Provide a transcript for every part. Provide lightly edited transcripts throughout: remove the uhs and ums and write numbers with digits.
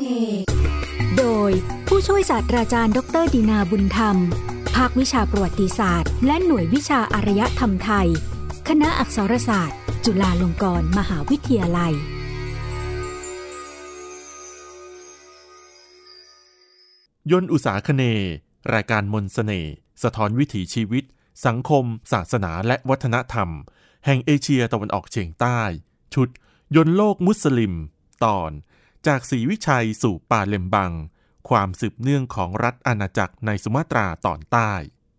โดยผู้ช่วยศาสตราจารย์ดร.ดินาบุญธรรมภาควิชาประวัติศาสตร์และหน่วยวิชาอารยธรรมไทยคณะอักษรศาสตร์จุฬาลงกรณ์มหาวิทยาลัยยนต์อุษาคเนย์รายการมนต์เสน่ห์สะท้อนวิถีชีวิตสังคมศาสนาและวัฒนธรรมแห่งเอเชียตะวันออกเฉียงใต้ชุดยนต์โลกมุสลิมตอนจากศรีวิชัยสู่ป่าเลมบังความสืบเนื่องของรัฐอาณาจักรในสุมาตราตอนใต้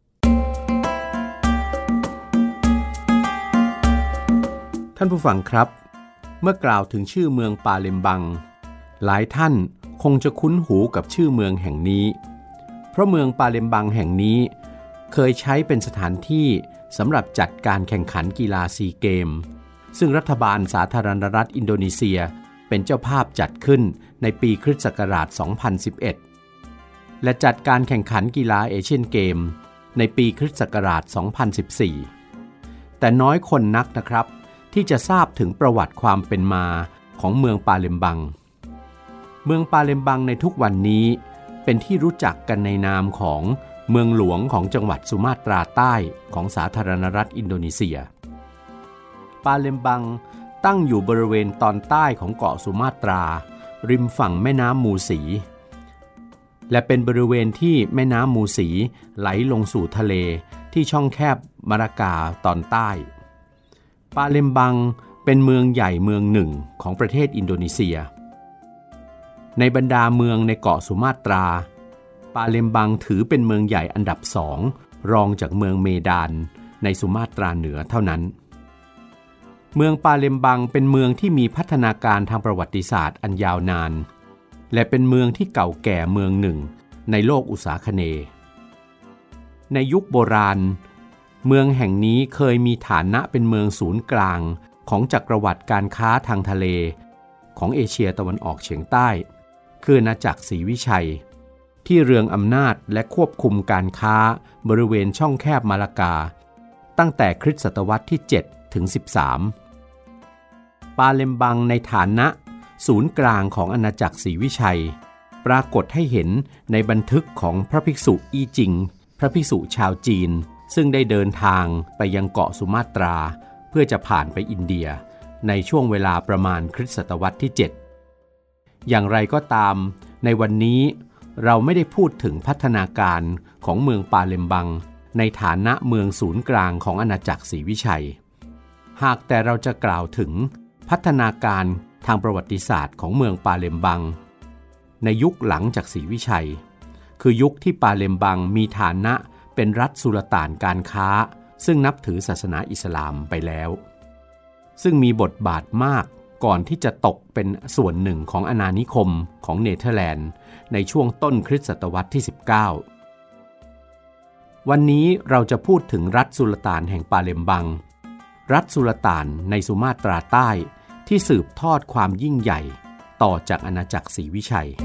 ท่านผู้ฟังครับเมื่อกล่าวถึงชื่อเมืองป่าเลมบังหลายท่านคงจะคุ้นหูกับชื่อเมืองแห่งนี้เพราะเมืองป่าเลมบังแห่งนี้เคยใช้เป็นสถานที่สำหรับจัดการแข่งขันกีฬาซีเกมซึ่งรัฐบาลสาธารณรัฐอินโดนีเซียเป็นเจ้าภาพจัดขึ้นในปีคริสต์ศักราช 2011 และจัดการแข่งขันกีฬาเอเชียนเกมในปีคริสต์ศักราช 2014 แต่น้อยคนนักนะครับที่จะทราบถึงประวัติความเป็นมาของเมืองป่าเลมบังเมืองป่าเลมบังในทุกวันนี้เป็นที่รู้จักกันในนามของเมืองหลวงของจังหวัดสุมาตราใต้ของสาธารณรัฐอินโดนีเซียป่าเลมบังตั้งอยู่บริเวณตอนใต้ของเกาะสุมาตราริมฝั่งแม่น้ำมูสีและเป็นบริเวณที่แม่น้ำมูสีไหลลงสู่ทะเลที่ช่องแคบมาลากาตอนใต้ป่าเลมบังเป็นเมืองใหญ่เมืองหนึ่งของประเทศอินโดนีเซียในบรรดาเมืองในเกาะสุมาตราป่าเลมบังถือเป็นเมืองใหญ่อันดับ2รองจากเมืองเมดานในสุมาตราเหนือเท่านั้นเมืองป่าเลมบังเป็นเมืองที่มีพัฒนาการทางประวัติศาสตร์อันยาวนานและเป็นเมืองที่เก่าแก่เมืองหนึ่งในโลกอุษาคเนย์ในยุคโบราณเมืองแห่งนี้เคยมีฐานะเป็นเมืองศูนย์กลางของจักรวรรดิการค้าทางทะเลของเอเชียตะวันออกเฉียงใต้คืออาณาจักรศรีวิชัยที่เรืองอำนาจและควบคุมการค้าบริเวณช่องแคบมาลากาตั้งแต่คริสตศตวรรษที่7ถึง13ป่าเลมบังในฐานะศูนย์กลางของอาณาจักรศรีวิชัยปรากฏให้เห็นในบันทึกของพระภิกษุอี้จิงพระภิกษุชาวจีนซึ่งได้เดินทางไปยังเกาะสุมาตราเพื่อจะผ่านไปอินเดียในช่วงเวลาประมาณคริสตศตวรรษที่7อย่างไรก็ตามในวันนี้เราไม่ได้พูดถึงพัฒนาการของเมืองป่าเลมบังในฐานะเมืองศูนย์กลางของอาณาจักรศรีวิชัยหากแต่เราจะกล่าวถึงพัฒนาการทางประวัติศาสตร์ของเมืองป่าเลมบังในยุคหลังจากศรีวิชัยคือยุคที่ป่าเลมบังมีฐานะเป็นรัฐสุลต่านการค้าซึ่งนับถือศาสนาอิสลามไปแล้วซึ่งมีบทบาทมากก่อนที่จะตกเป็นส่วนหนึ่งของอาณานิคมของเนเธอร์แลนด์ในช่วงต้นคริสตศตวรรษที่19วันนี้เราจะพูดถึงรัฐสุลต่านแห่งป่าเลมบังรัฐสุลต่านในสุมาตราใต้ที่สืบทอดความยิ่งใหญ่ต่อจากอาณาจักรศรีวิชัย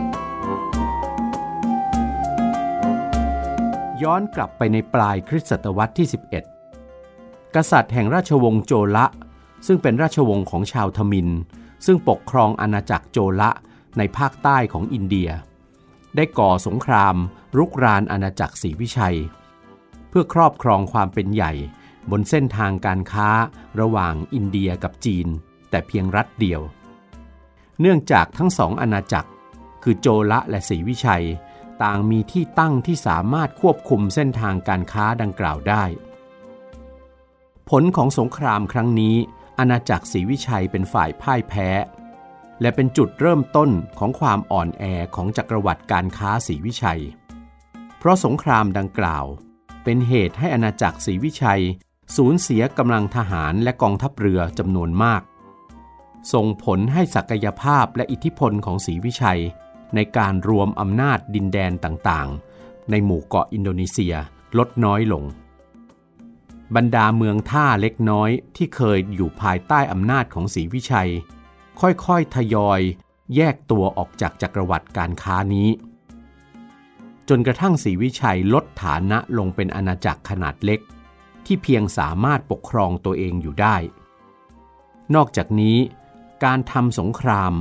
ย้อนกลับไปในปลายคริสตศตวรรษที่11กษัตริย์แห่งราชวงศ์โจละซึ่งเป็นราชวงศ์ของชาวทมิฬซึ่งปกครองอาณาจักรโจละในภาคใต้ของอินเดียได้ก่อสงครามรุกรานอาณาจักรศรีวิชัยเพื่อครอบครองความเป็นใหญ่บนเส้นทางการค้าระหว่างอินเดียกับจีนแต่เพียงรัฐเดียวเนื่องจากทั้งสองอาณาจักรคือโจละและศรีวิชัยต่างมีที่ตั้งที่สามารถควบคุมเส้นทางการค้าดังกล่าวได้ผลของสงครามครั้งนี้อาณาจักรศรีวิชัยเป็นฝ่ายพ่ายแพ้และเป็นจุดเริ่มต้นของความอ่อนแอของจักรวรรดิการค้าศรีวิชัยเพราะสงครามดังกล่าวเป็นเหตุให้อาณาจักรศรีวิชัยสูญเสียกำลังทหารและกองทัพเรือจำนวนมากส่งผลให้ศักยภาพและอิทธิพลของศรีวิชัยในการรวมอำนาจดินแดนต่างๆในหมู่เกาะอินโดนีเซียลดน้อยลงบรรดาเมืองท่าเล็กน้อยที่เคยอยู่ภายใต้อำนาจของศรีวิชัยค่อยๆทยอยแยกตัวออกจากจักรวรรดิการค้านี้จนกระทั่งศรีวิชัยลดฐานะลงเป็นอาณาจักรขนาดเล็กที่เพียงสามารถปกครองตัวเองอยู่ได้นอกจากนี้การทำสงคราม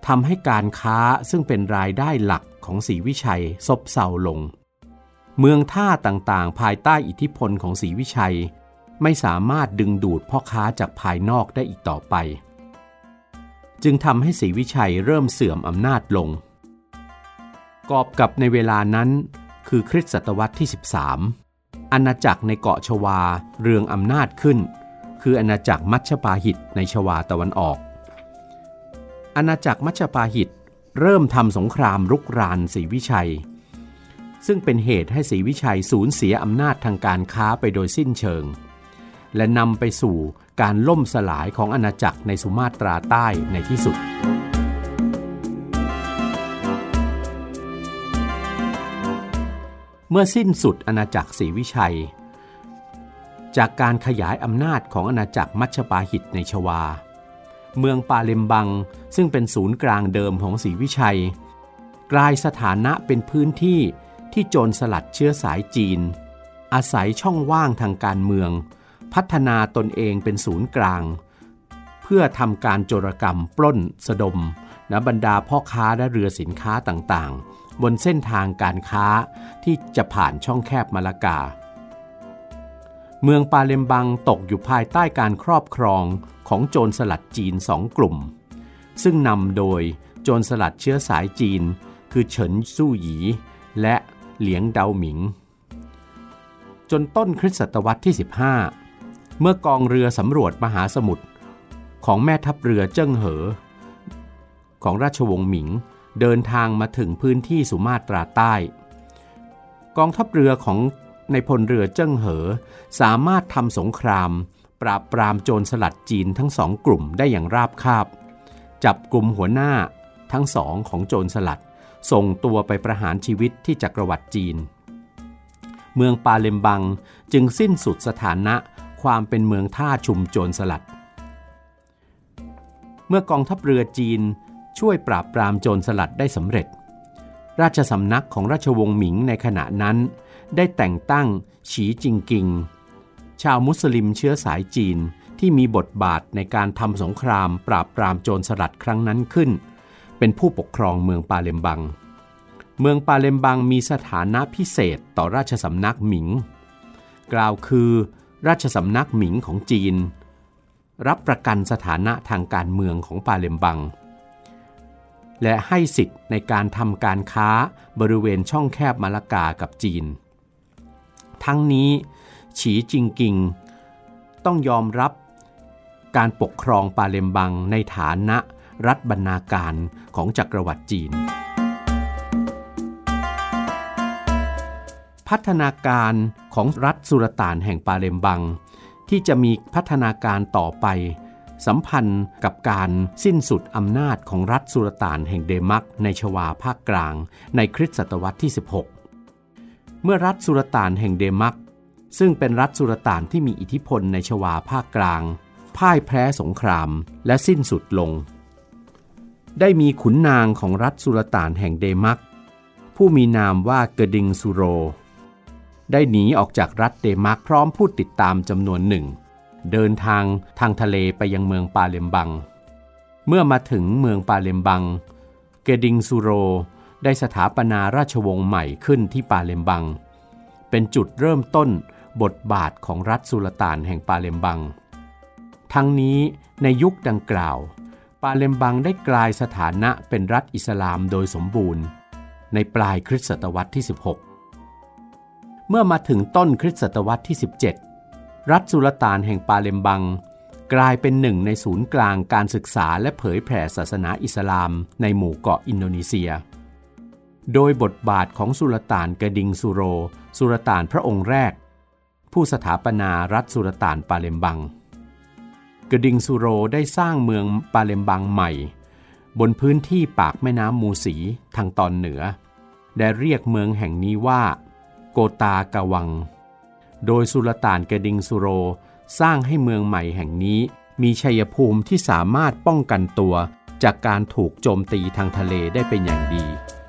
ทำให้การค้าซึ่งเป็นรายได้หลักของศรีวิชัยซบเซาลงเมืองท่าต่างๆภายใต้อิทธิพลของศรีวิชัยไม่สามารถดึงดูดพ่อค้าจากภายนอกได้อีกต่อไปจึงทำให้ศรีวิชัยเริ่มเสื่อมอำนาจลงกอบกับในเวลานั้นคือคริสตศตวรรษที่13อาณาจักรในเกาะชวาเรืองอำนาจขึ้นคืออาณาจักรมัชฌปาหิตในชวาตะวันออกอาณาจักรมัชฌปาหิตเริ่มทำสงครามรุกรานศรีวิชัยซึ่งเป็นเหตุให้ศรีวิชัยสูญเสียอำนาจทางการค้าไปโดยสิ้นเชิงและนำไปสู่การล่มสลายของอาณาจักรในสุมาตราใต้ในที่สุดเมื่อสิ้นสุดอาณาจักรศรีวิชัยจากการขยายอำนาจของอาณาจักรมัชฌปาหิตในชวาเมืองปาเลมบังซึ่งเป็นศูนย์กลางเดิมของศรีวิชัยกลายสถานะเป็นพื้นที่ที่โจรสลัดเชื้อสายจีนอาศัยช่องว่างทางการเมืองพัฒนาตนเองเป็นศูนย์กลางเพื่อทำการโจรกรรมปล้นสะดมบรรดาพ่อค้าและเรือสินค้าต่างๆบนเส้นทางการค้าที่จะผ่านช่องแคบมาลากาเมืองปาเลมบังตกอยู่ภายใต้การครอบครองของโจรสลัดจีน2 กลุ่มซึ่งนำโดยโจรสลัดเชื้อสายจีนคือเฉินซู่หยีและเหลียงเดาหมิงจนต้นคริสตศตวรรษที่15เมื่อกองเรือสำรวจมหาสมุทรของแม่ทัพเรือเจิ้งเหอของราชวงศ์หมิงเดินทางมาถึงพื้นที่สุมาตราใต้กองทัพเรือของในพลเรือเจิ้งเหอสามารถทำสงครามปราบปรามโจรสลัดจีนทั้ง2 กลุ่มได้อย่างราบคาบจับกลุ่มหัวหน้าทั้ง2ของโจรสลัดส่งตัวไปประหารชีวิตที่จักรวรรดิจีนเมืองปาเลมบังจึงสิ้นสุดสถานะความเป็นเมืองท่าชุมโจรสลัดเมื่อกองทัพเรือจีนช่วยปราบปรามโจรสลัดได้สำเร็จราชสำนักของราชวงศ์หมิงในขณะนั้นได้แต่งตั้งฉีจิงกิงชาวมุสลิมเชื้อสายจีนที่มีบทบาทในการทำสงครามปราบปรามโจรสลัดครั้งนั้นขึ้นเป็นผู้ปกครองเมืองปาเลมบังเมืองปาเลมบังมีสถานะพิเศษต่อราชสำนักหมิงกล่าวคือราชสำนักหมิงของจีนรับประกันสถานะทางการเมืองของปาเลมบังและให้สิทธิ์ในการทำการค้าบริเวณช่องแคบมาลากากับจีนทั้งนี้ฉีจิงกิงต้องยอมรับการปกครองปาเลมบังในฐานะรัฐบรรณาการของจักรวรรดิจีนพัฒนาการของรัฐสุลต่านแห่งปาเลมบังที่จะมีพัฒนาการต่อไปสัมพันธ์กับการสิ้นสุดอำนาจของรัฐสุลต่านแห่งเดมักในชวาภาคกลางในคริสตศตวรรษที่16เมื่อรัฐสุลต่านแห่งเดมักซึ่งเป็นรัฐสุลต่านที่มีอิทธิพลในชวาภาคกลางพ่ายแพ้สงครามและสิ้นสุดลงได้มีขุนนางของรัฐสุลต่านแห่งเดมักผู้มีนามว่าเกดิงซูโรได้หนีออกจากรัฐเดมักพร้อมผู้ติดตามจำนวนหนึ่งเดินทางทะเลไปยังเมืองปาเลมบังเมื่อมาถึงเมืองปาเลมบังเกดิงซูโรได้สถาปนาราชวงศ์ใหม่ขึ้นที่ปาเลมบังเป็นจุดเริ่มต้นบทบาทของรัฐสุลต่านแห่งปาเลมบังทั้งนี้ในยุคดังกล่าวปาเลมบังได้กลายสถานะเป็นรัฐอิสลามโดยสมบูรณ์ในปลายคริสตศตวรรษที่16เมื่อมาถึงต้นคริสตศตวรรษที่17รัฐสุลต่านแห่งปาเลมบังกลายเป็นหนึ่งในศูนย์กลางการศึกษาและเผยแผ่ศาสนาอิสลามในหมู่เกาะอินโดนีเซียโดยบทบาทของสุลต่านเกดิงซูโรสุลต่านพระองค์แรกผู้สถาปนารัฐสุลต่านปาเลมบังเกดิงซูโรได้สร้างเมืองปาเลมบังใหม่บนพื้นที่ปากแม่น้ำมูสีทางตอนเหนือและเรียกเมืองแห่งนี้ว่าโกตากาวังโดยสุลต่านเกดิงซูโรสร้างให้เมืองใหม่แห่งนี้มีชัยภูมิที่สามารถป้องกันตัวจากการถูกโจมตีทางทะเลได้เป็นอย่างดี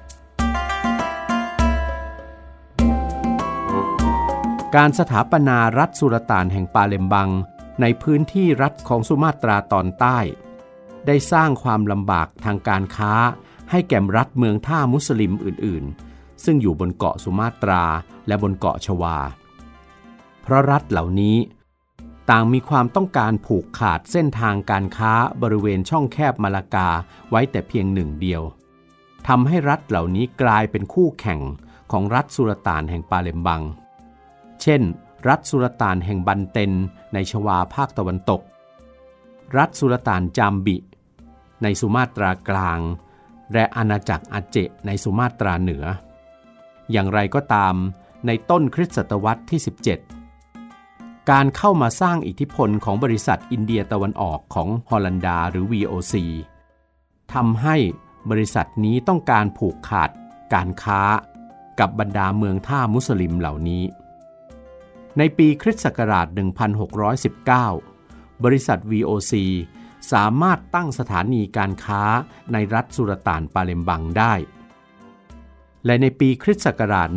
การสถาปนารัฐสุลต่านแห่งปาเลมบังในพื้นที่รัฐของสุมาตราตอนใต้ได้สร้างความลำบากทางการค้าให้แก่รัฐเมืองท่ามุสลิมอื่นๆซึ่งอยู่บนเกาะสุมาตราและบนเกาะชวาเพราะรัฐเหล่านี้ต่างมีความต้องการผูกขาดเส้นทางการค้าบริเวณช่องแคบมาลากาไว้แต่เพียงหนึ่งเดียวทำให้รัฐเหล่านี้กลายเป็นคู่แข่งของรัฐสุลต่านแห่งปาเลมบังเช่นรัฐสุลต่านแห่งบันเตนในชวาภาคตะวันตกรัฐสุลต่านจามบิในสุมาตรากลางและอาณาจักรอาเจในสุมาตราเหนืออย่างไรก็ตามในต้นคริสตศตวรรษที่ 17การเข้ามาสร้างอิทธิพลของบริษัทอินเดียตะวันออกของฮอลันดาหรือ VOC ทำให้บริษัทนี้ต้องการผูกขาดการค้ากับบรรดาเมืองท่ามุสลิมเหล่านี้ในปีคริสต์ศักราช 1619 บริษัท VOC สามารถตั้งสถานีการค้าในรัฐสุลต่านปาเลมบังได้และในปีคริสต์ศักราช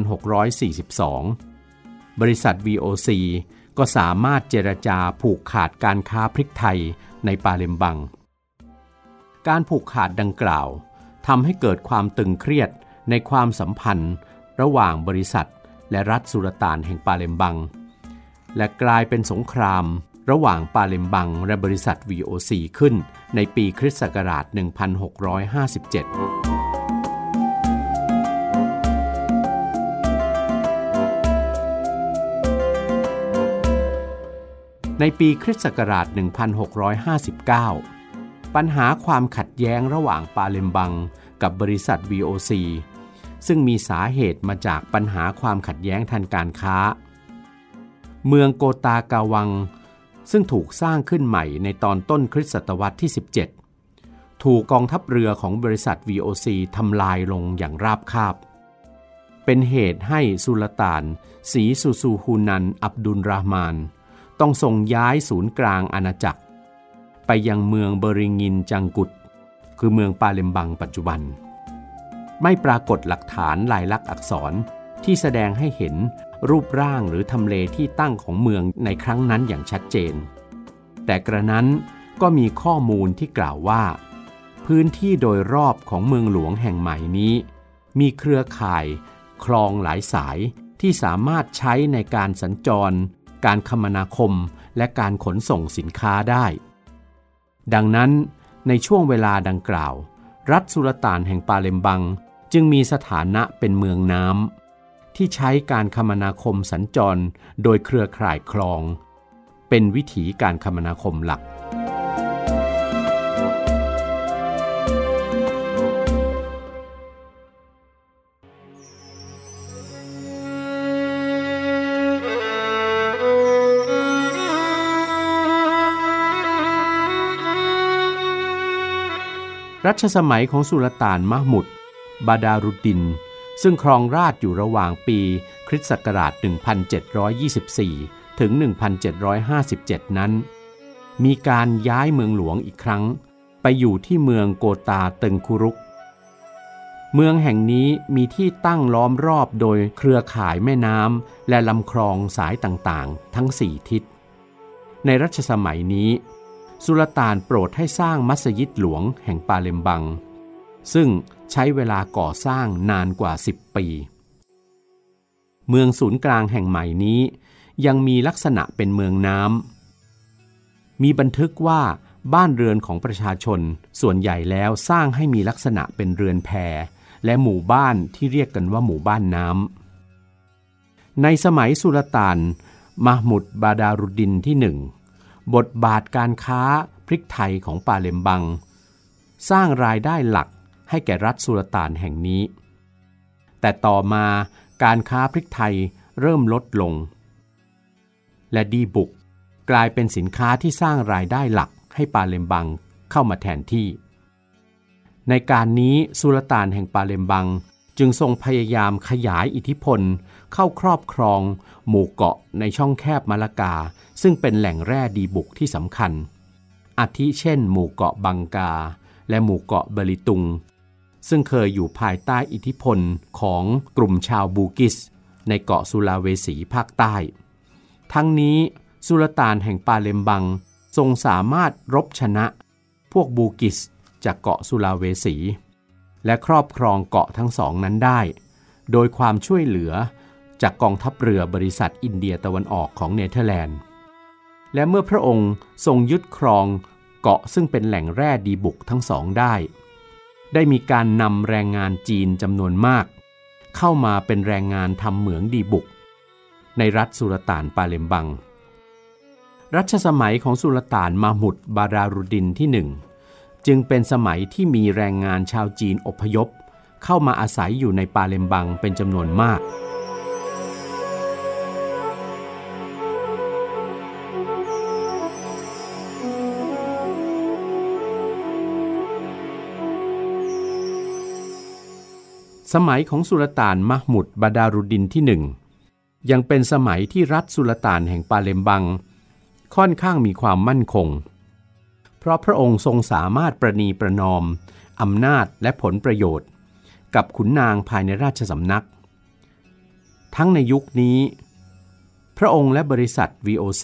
1642 บริษัท VOC ก็สามารถเจรจาผูกขาดการค้าพริกไทยในปาเลมบังการผูกขาดดังกล่าวทำให้เกิดความตึงเครียดในความสัมพันธ์ระหว่างบริษัทและรัฐสุลต่านแห่งปาเลมบังและกลายเป็นสงครามระหว่างปาเลมบังและบริษัท VOC ขึ้นในปีคริสต์ศักราช 1657ในปีคริสต์ศักราช 1659 ปัญหาความขัดแย้งระหว่างปาเลมบังกับบริษัท VOC ซึ่งมีสาเหตุมาจากปัญหาความขัดแย้งทางการค้าเมืองโกตากาวังซึ่งถูกสร้างขึ้นใหม่ในตอนต้นคริสตศตวรรษที่ 17 ถูกกองทัพเรือของบริษัท VOC ทำลายลงอย่างราบคาบเป็นเหตุให้สุลต่านสีซูซูฮูนันอับดุลราห์มานต้องส่งย้ายศูนย์กลางอาณาจักรไปยังเมืองเบอริงินจังกุดคือเมืองปาเลมบังปัจจุบันไม่ปรากฏหลักฐานลายลักษณ์อักษรที่แสดงให้เห็นรูปร่างหรือทำเลที่ตั้งของเมืองในครั้งนั้นอย่างชัดเจนแต่กระนั้นก็มีข้อมูลที่กล่าวว่าพื้นที่โดยรอบของเมืองหลวงแห่งใหม่นี้มีเครือข่ายคลองหลายสายที่สามารถใช้ในการสัญจรการคมนาคมและการขนส่งสินค้าได้ดังนั้นในช่วงเวลาดังกล่าวรัฐสุลต่านแห่งปาเลมบังจึงมีสถานะเป็นเมืองน้ำที่ใช้การคมนาคมสัญจรโดยเครือข่ายคลองเป็นวิถีการคมนาคมหลักรัชสมัยของสุลต่านมะห์มุดบาดารุดดินซึ่งครองราชย์อยู่ระหว่างปีคริสต์ศักราช 1724 ถึง 1757 นั้นมีการย้ายเมืองหลวงอีกครั้งไปอยู่ที่เมืองโกตาเติงคุรุกเมืองแห่งนี้มีที่ตั้งล้อมรอบโดยเครือข่ายแม่น้ำและลำคลองสายต่างๆทั้ง4ทิศในรัชสมัยนี้สุลต่านโปรดให้สร้างมัสยิดหลวงแห่งปาเลมบังซึ่งใช้เวลาก่อสร้างนานกว่า10 ปีเมืองศูนย์กลางแห่งใหม่นี้ยังมีลักษณะเป็นเมืองน้ำมีบันทึกว่าบ้านเรือนของประชาชนส่วนใหญ่แล้วสร้างให้มีลักษณะเป็นเรือนแพและหมู่บ้านที่เรียกกันว่าหมู่บ้านน้ำในสมัยสุลต่านมะห์มุดบาดารุดดินที่1บทบาทการค้าพริกไทยของปาเลมบังสร้างรายได้หลักให้แก่รัฐสุลต่านแห่งนี้แต่ต่อมาการค้าพริกไทยเริ่มลดลงและดีบุกกลายเป็นสินค้าที่สร้างรายได้หลักให้ปาเลมบังเข้ามาแทนที่ในการนี้สุลต่านแห่งปาเลมบังจึงทรงพยายามขยายอิทธิพลเข้าครอบครองหมู่เกาะในช่องแคบมาลากาซึ่งเป็นแหล่งแร่ดีบุกที่สำคัญอาทิเช่นหมู่เกาะบังกาและหมู่เกาะเบลิตุงซึ่งเคยอยู่ภายใต้อิทธิพลของกลุ่มชาวบูกิสในเกาะสุลาเวสีภาคใต้ทั้งนี้สุลต่านแห่งปาเลมบังทรงสามารถรบชนะพวกบูกิสจากเกาะสุลาเวสีและครอบครองเกาะทั้งสองนั้นได้โดยความช่วยเหลือจากกองทัพเรือบริษัทอินเดียตะวันออกของเนเธอร์แลนด์และเมื่อพระองค์ทรงยึดครองเกาะซึ่งเป็นแหล่งแร่ดีบุกทั้งสองได้มีการนำแรงงานจีนจำนวนมากเข้ามาเป็นแรงงานทำเหมืองดีบุกในรัฐสุลต่านปาเลมบังรัชสมัยของสุลต่านมาหมุดบารารุดินที่1จึงเป็นสมัยที่มีแรงงานชาวจีนอพยพเข้ามาอาศัยอยู่ในปาเลมบังเป็นจำนวนมากสมัยของสุลต่านมะหมุดบาดารุดินที่1ยังเป็นสมัยที่รัฐสุลต่านแห่งปาเลมบังค่อนข้างมีความมั่นคงเพราะพระองค์ทรงสามารถประนีประนอมอำนาจและผลประโยชน์กับขุนนางภายในราชสำนักทั้งในยุคนี้พระองค์และบริษัท VOC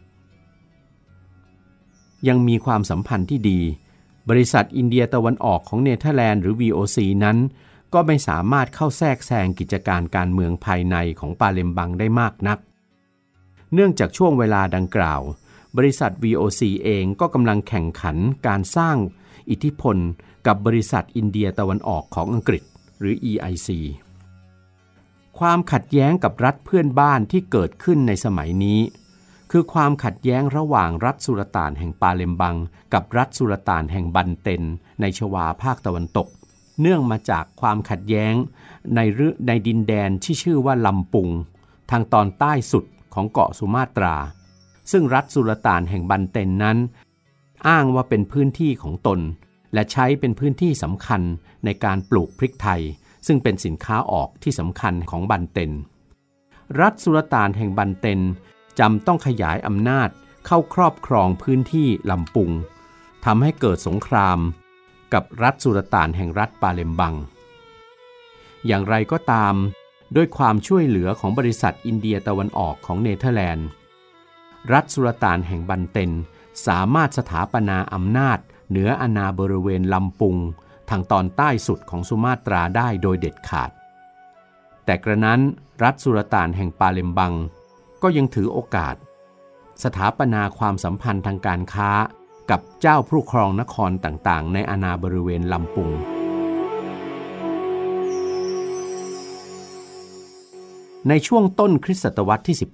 ยังมีความสัมพันธ์ที่ดีบริษัทอินเดียตะวันออกของเนเธอร์แลนด์หรือ VOC นั้นก็ไม่สามารถเข้าแทรกแซงกิจการการเมืองภายในของปาเลมบังได้มากนักเนื่องจากช่วงเวลาดังกล่าวบริษัท VOC เองก็กำลังแข่งขันการสร้างอิทธิพลกับบริษัทอินเดียตะวันออกของอังกฤษหรือ EIC ความขัดแย้งกับรัฐเพื่อนบ้านที่เกิดขึ้นในสมัยนี้คือความขัดแย้งระหว่างรัฐสุลต่านแห่งปาเลมบังกับรัฐสุลต่านแห่งบันเต็นในชวาภาคตะวันตกเนื่องมาจากความขัดแย้งในดินแดนที่ชื่อว่าลำปุงทางตอนใต้สุดของเกาะสุมาตราซึ่งรัฐสุลต่านแห่งบันเต็นนั้นอ้างว่าเป็นพื้นที่ของตนและใช้เป็นพื้นที่สำคัญในการปลูกพริกไทยซึ่งเป็นสินค้าออกที่สำคัญของบันเต็นรัฐสุลต่านแห่งบันเต็นจำต้องขยายอำนาจเข้าครอบครองพื้นที่ลำปุงทำให้เกิดสงครามกับรัฐสุลต่านแห่งรัฐปาเลมบังอย่างไรก็ตามด้วยความช่วยเหลือของบริษัทอินเดียตะวันออกของเนเธอร์แลนด์รัฐสุลต่านแห่งบันเต็นสามารถสถาปนาอำนาจเหนืออาณาบริเวณลำปุงทางตอนใต้สุดของสุมาตราได้โดยเด็ดขาดแต่กระนั้นรัฐสุลต่านแห่งปาเลมบังก็ยังถือโอกาสสถาปนาความสัมพันธ์ทางการค้ากับเจ้าผู้ครองนครต่างๆในอาณาบริเวณลำปุงในช่วงต้นคริสตศตวรรษที่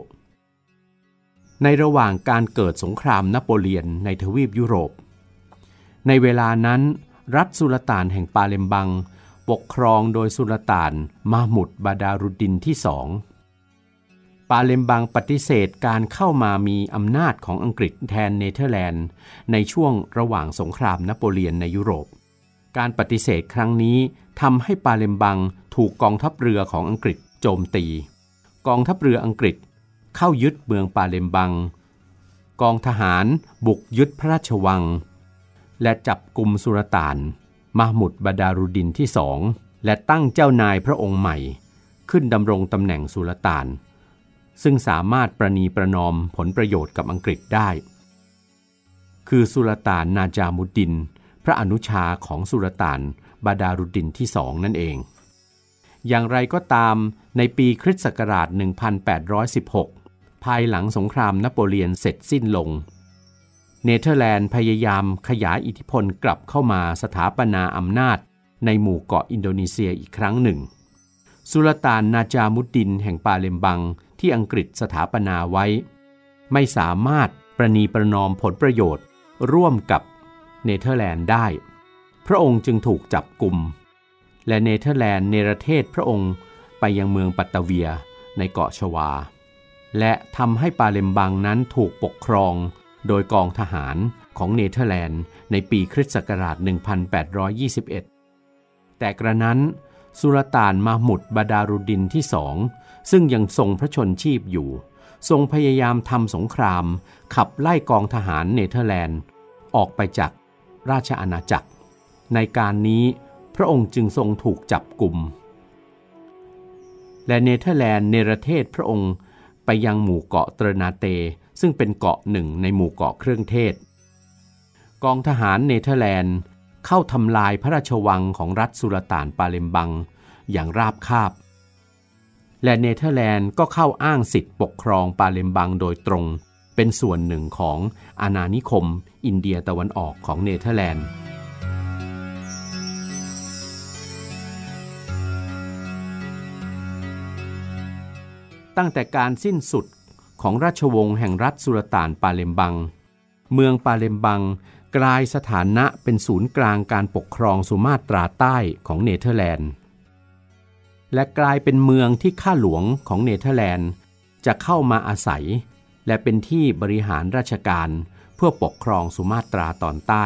19ในระหว่างการเกิดสงครามนโปเลียนในทวีปยุโรปในเวลานั้นรัฐสุลต่านแห่งปาเลมบังปกครองโดยสุลต่านมาหมุดบาดารุดดินที่2ปาเลมบังปฏิเสธการเข้ามามีอำนาจของอังกฤษแทนเนเธอร์แลนด์ในช่วงระหว่างสงครามนโปเลียนในยุโรปการปฏิเสธครั้งนี้ทำให้ปาเลมบังถูกกองทัพเรือของอังกฤษโจมตีกองทัพเรืออังกฤษเข้ายึดเมืองปาเลมบังกองทหารบุกยึดพระราชวังและจับกุมสุลต่านมาหมุดบาดารุดินที่2และตั้งเจ้านายพระองค์ใหม่ขึ้นดำรงตำแหน่งสุลต่านซึ่งสามารถประนีประนอมผลประโยชน์กับอังกฤษได้คือสุลต่านนาจามุดดินพระอนุชาของสุลต่านบาดารุดินที่2นั่นเองอย่างไรก็ตามในปีคริสต์ศักราช 1816 ภายหลังสงครามนโปเลียนเสร็จสิ้นลงเนเธอร์แลนด์พยายามขยายอิทธิพลกลับเข้ามาสถาปนาอำนาจในหมู่เกาะอินโดนีเซียอีกครั้งหนึ่งสุลต่านนาจามุดดินแห่งปาเลมบังที่อังกฤษสถาปนาไว้ไม่สามารถประนีประนอมผลประโยชน์ร่วมกับเนเธอร์แลนด์ได้พระองค์จึงถูกจับกุมและเนเธอร์แลนด์เนรเทศพระองค์ไปยังเมืองปัตตาเวียในเกาะชวาและทำให้ปาเลมบังนั้นถูกปกครองโดยกองทหารของเนเธอร์แลนด์ในปีคริสต์ศักราช 1821 แต่กระนั้นสุลต่านมาหมุดบาดารุดินที่2ซึ่งยังทรงพระชนชีพอยู่ทรงพยายามทำสงครามขับไล่กองทหารเนเธอร์แลนด์ออกไปจากราชอาณาจักรในการนี้พระองค์จึงทรงถูกจับกุมและเนเธอร์แลนด์เนรเทศพระองค์ไปยังหมู่เกาะเตรนาเตซึ่งเป็นเกาะหนึ่งในหมู่เกาะเครื่องเทศกองทหารเนเธอร์แลนด์เข้าทำลายพระราชวังของรัฐสุลต่านปาเลมบังอย่างราบคาบและเนเธอร์แลนด์ก็เข้าอ้างสิทธิปกครองปาเลมบังโดยตรงเป็นส่วนหนึ่งของอาณานิคมอินเดียตะวันออกของเนเธอร์แลนด์ตั้งแต่การสิ้นสุดของราชวงศ์แห่งรัฐสุลต่านปาเลมบังเมืองปาเลมบังกลายสถานะเป็นศูนย์กลางการปกครองสุมาตราใต้ของเนเธอร์แลนด์และกลายเป็นเมืองที่ข้าหลวงของเนเธอร์แลนด์จะเข้ามาอาศัยและเป็นที่บริหารราชการเพื่อปกครองสุมาตราตอนใต้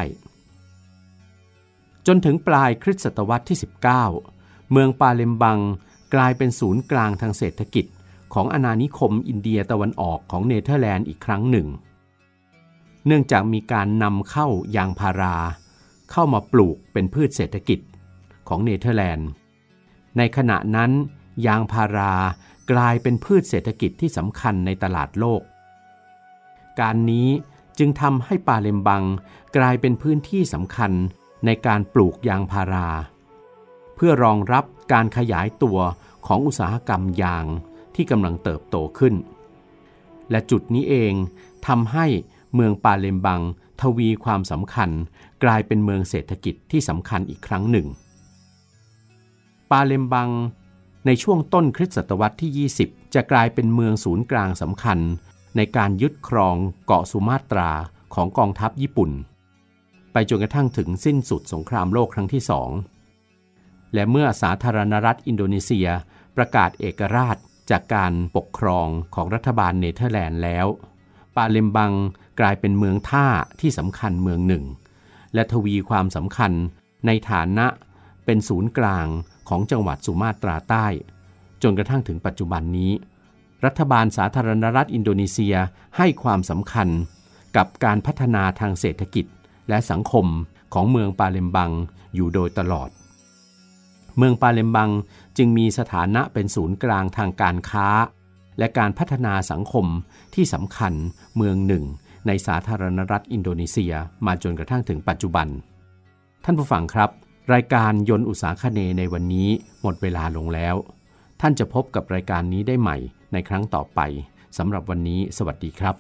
จนถึงปลายคริสตศตวรรษที่19เมืองปาเลมบังกลายเป็นศูนย์กลางทางเศรษฐกิจของอาณานิคมอินเดียตะวันออกของเนเธอร์แลนด์อีกครั้งหนึ่งเนื่องจากมีการนำเข้ายางพาราเข้ามาปลูกเป็นพืชเศรษฐกิจของเนเธอร์แลนด์ในขณะนั้นยางพารากลายเป็นพืชเศรษฐกิจที่สำคัญในตลาดโลกการนี้จึงทำให้ปาเลมบังกลายเป็นพื้นที่สำคัญในการปลูกยางพาราเพื่อรองรับการขยายตัวของอุตสาหกรรมยางที่กำลังเติบโตขึ้นและจุดนี้เองทำให้เมืองปาเลมบังทวีความสำคัญกลายเป็นเมืองเศรษฐกิจที่สำคัญอีกครั้งหนึ่งปาเลมบังในช่วงต้นคริสตศตวรรษที่20จะกลายเป็นเมืองศูนย์กลางสำคัญในการยึดครองเกาะสุมาตราของกองทัพญี่ปุ่นไปจนกระทั่งถึงสิ้นสุดสงครามโลกครั้งที่2และเมื่อสาธารณรัฐอินโดนีเซียประกาศเอกราชจากการปกครองของรัฐบาลเนเธอร์แลนด์แล้วปาเลมบังกลายเป็นเมืองท่าที่สำคัญเมืองหนึ่งและทวีความสำคัญในฐานะเป็นศูนย์กลางของจังหวัดสุมาตราใต้จนกระทั่งถึงปัจจุบันนี้รัฐบาลสาธารณรัฐอินโดนีเซียให้ความสำคัญกับการพัฒนาทางเศรษฐกิจและสังคมของเมืองปาเลมบังอยู่โดยตลอดเมืองปาเลมบังจึงมีสถานะเป็นศูนย์กลางทางการค้าและการพัฒนาสังคมที่สำคัญเมืองหนึ่งในสาธารณรัฐอินโดนีเซียมาจนกระทั่งถึงปัจจุบันท่านผู้ฟังครับรายการยนต์อุตสาคเนย์ในวันนี้หมดเวลาลงแล้วท่านจะพบกับรายการนี้ได้ใหม่ในครั้งต่อไปสำหรับวันนี้สวัสดีครับ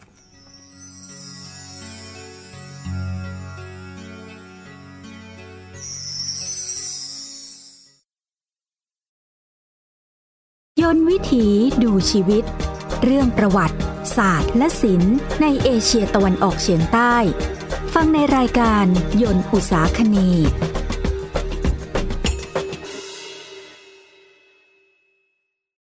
ยนต์วิถีดูชีวิตเรื่องประวัติศาสตร์และศิลป์ในเอเชียตะวันออกเฉียงใต้ฟังในรายการยนต์อุตสาคเนย์